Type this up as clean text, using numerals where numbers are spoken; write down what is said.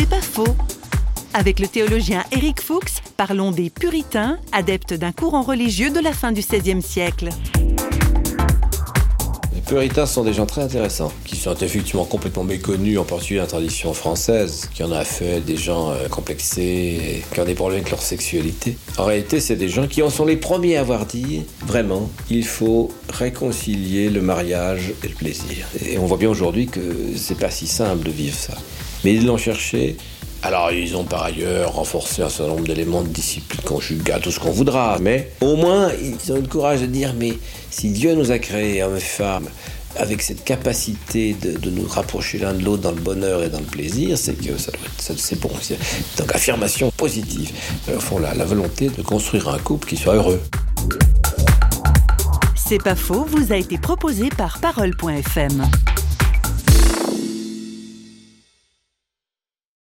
C'est pas faux. Avec le théologien Éric Fuchs, parlons des puritains, adeptes d'un courant religieux de la fin du XVIe siècle. Les puritains sont des gens très intéressants, qui sont effectivement complètement méconnus, en particulier dans la tradition française, qui en a fait des gens complexés, et qui ont des problèmes avec leur sexualité. En réalité, c'est des gens qui en sont les premiers à avoir dit, vraiment, il faut réconcilier le mariage et le plaisir. Et on voit bien aujourd'hui que c'est pas si simple de vivre ça. Mais ils l'ont cherché. Alors, ils ont par ailleurs renforcé un certain nombre d'éléments de discipline conjugale, tout ce qu'on voudra, mais au moins, ils ont eu le courage de dire, mais si Dieu nous a créés hommes et femmes, avec cette capacité de nous rapprocher l'un de l'autre dans le bonheur et dans le plaisir, c'est que c'est bon. Donc, affirmation positive. Au fond, la volonté de construire un couple qui soit heureux. C'est pas faux, vous a été proposé par Parole.fm.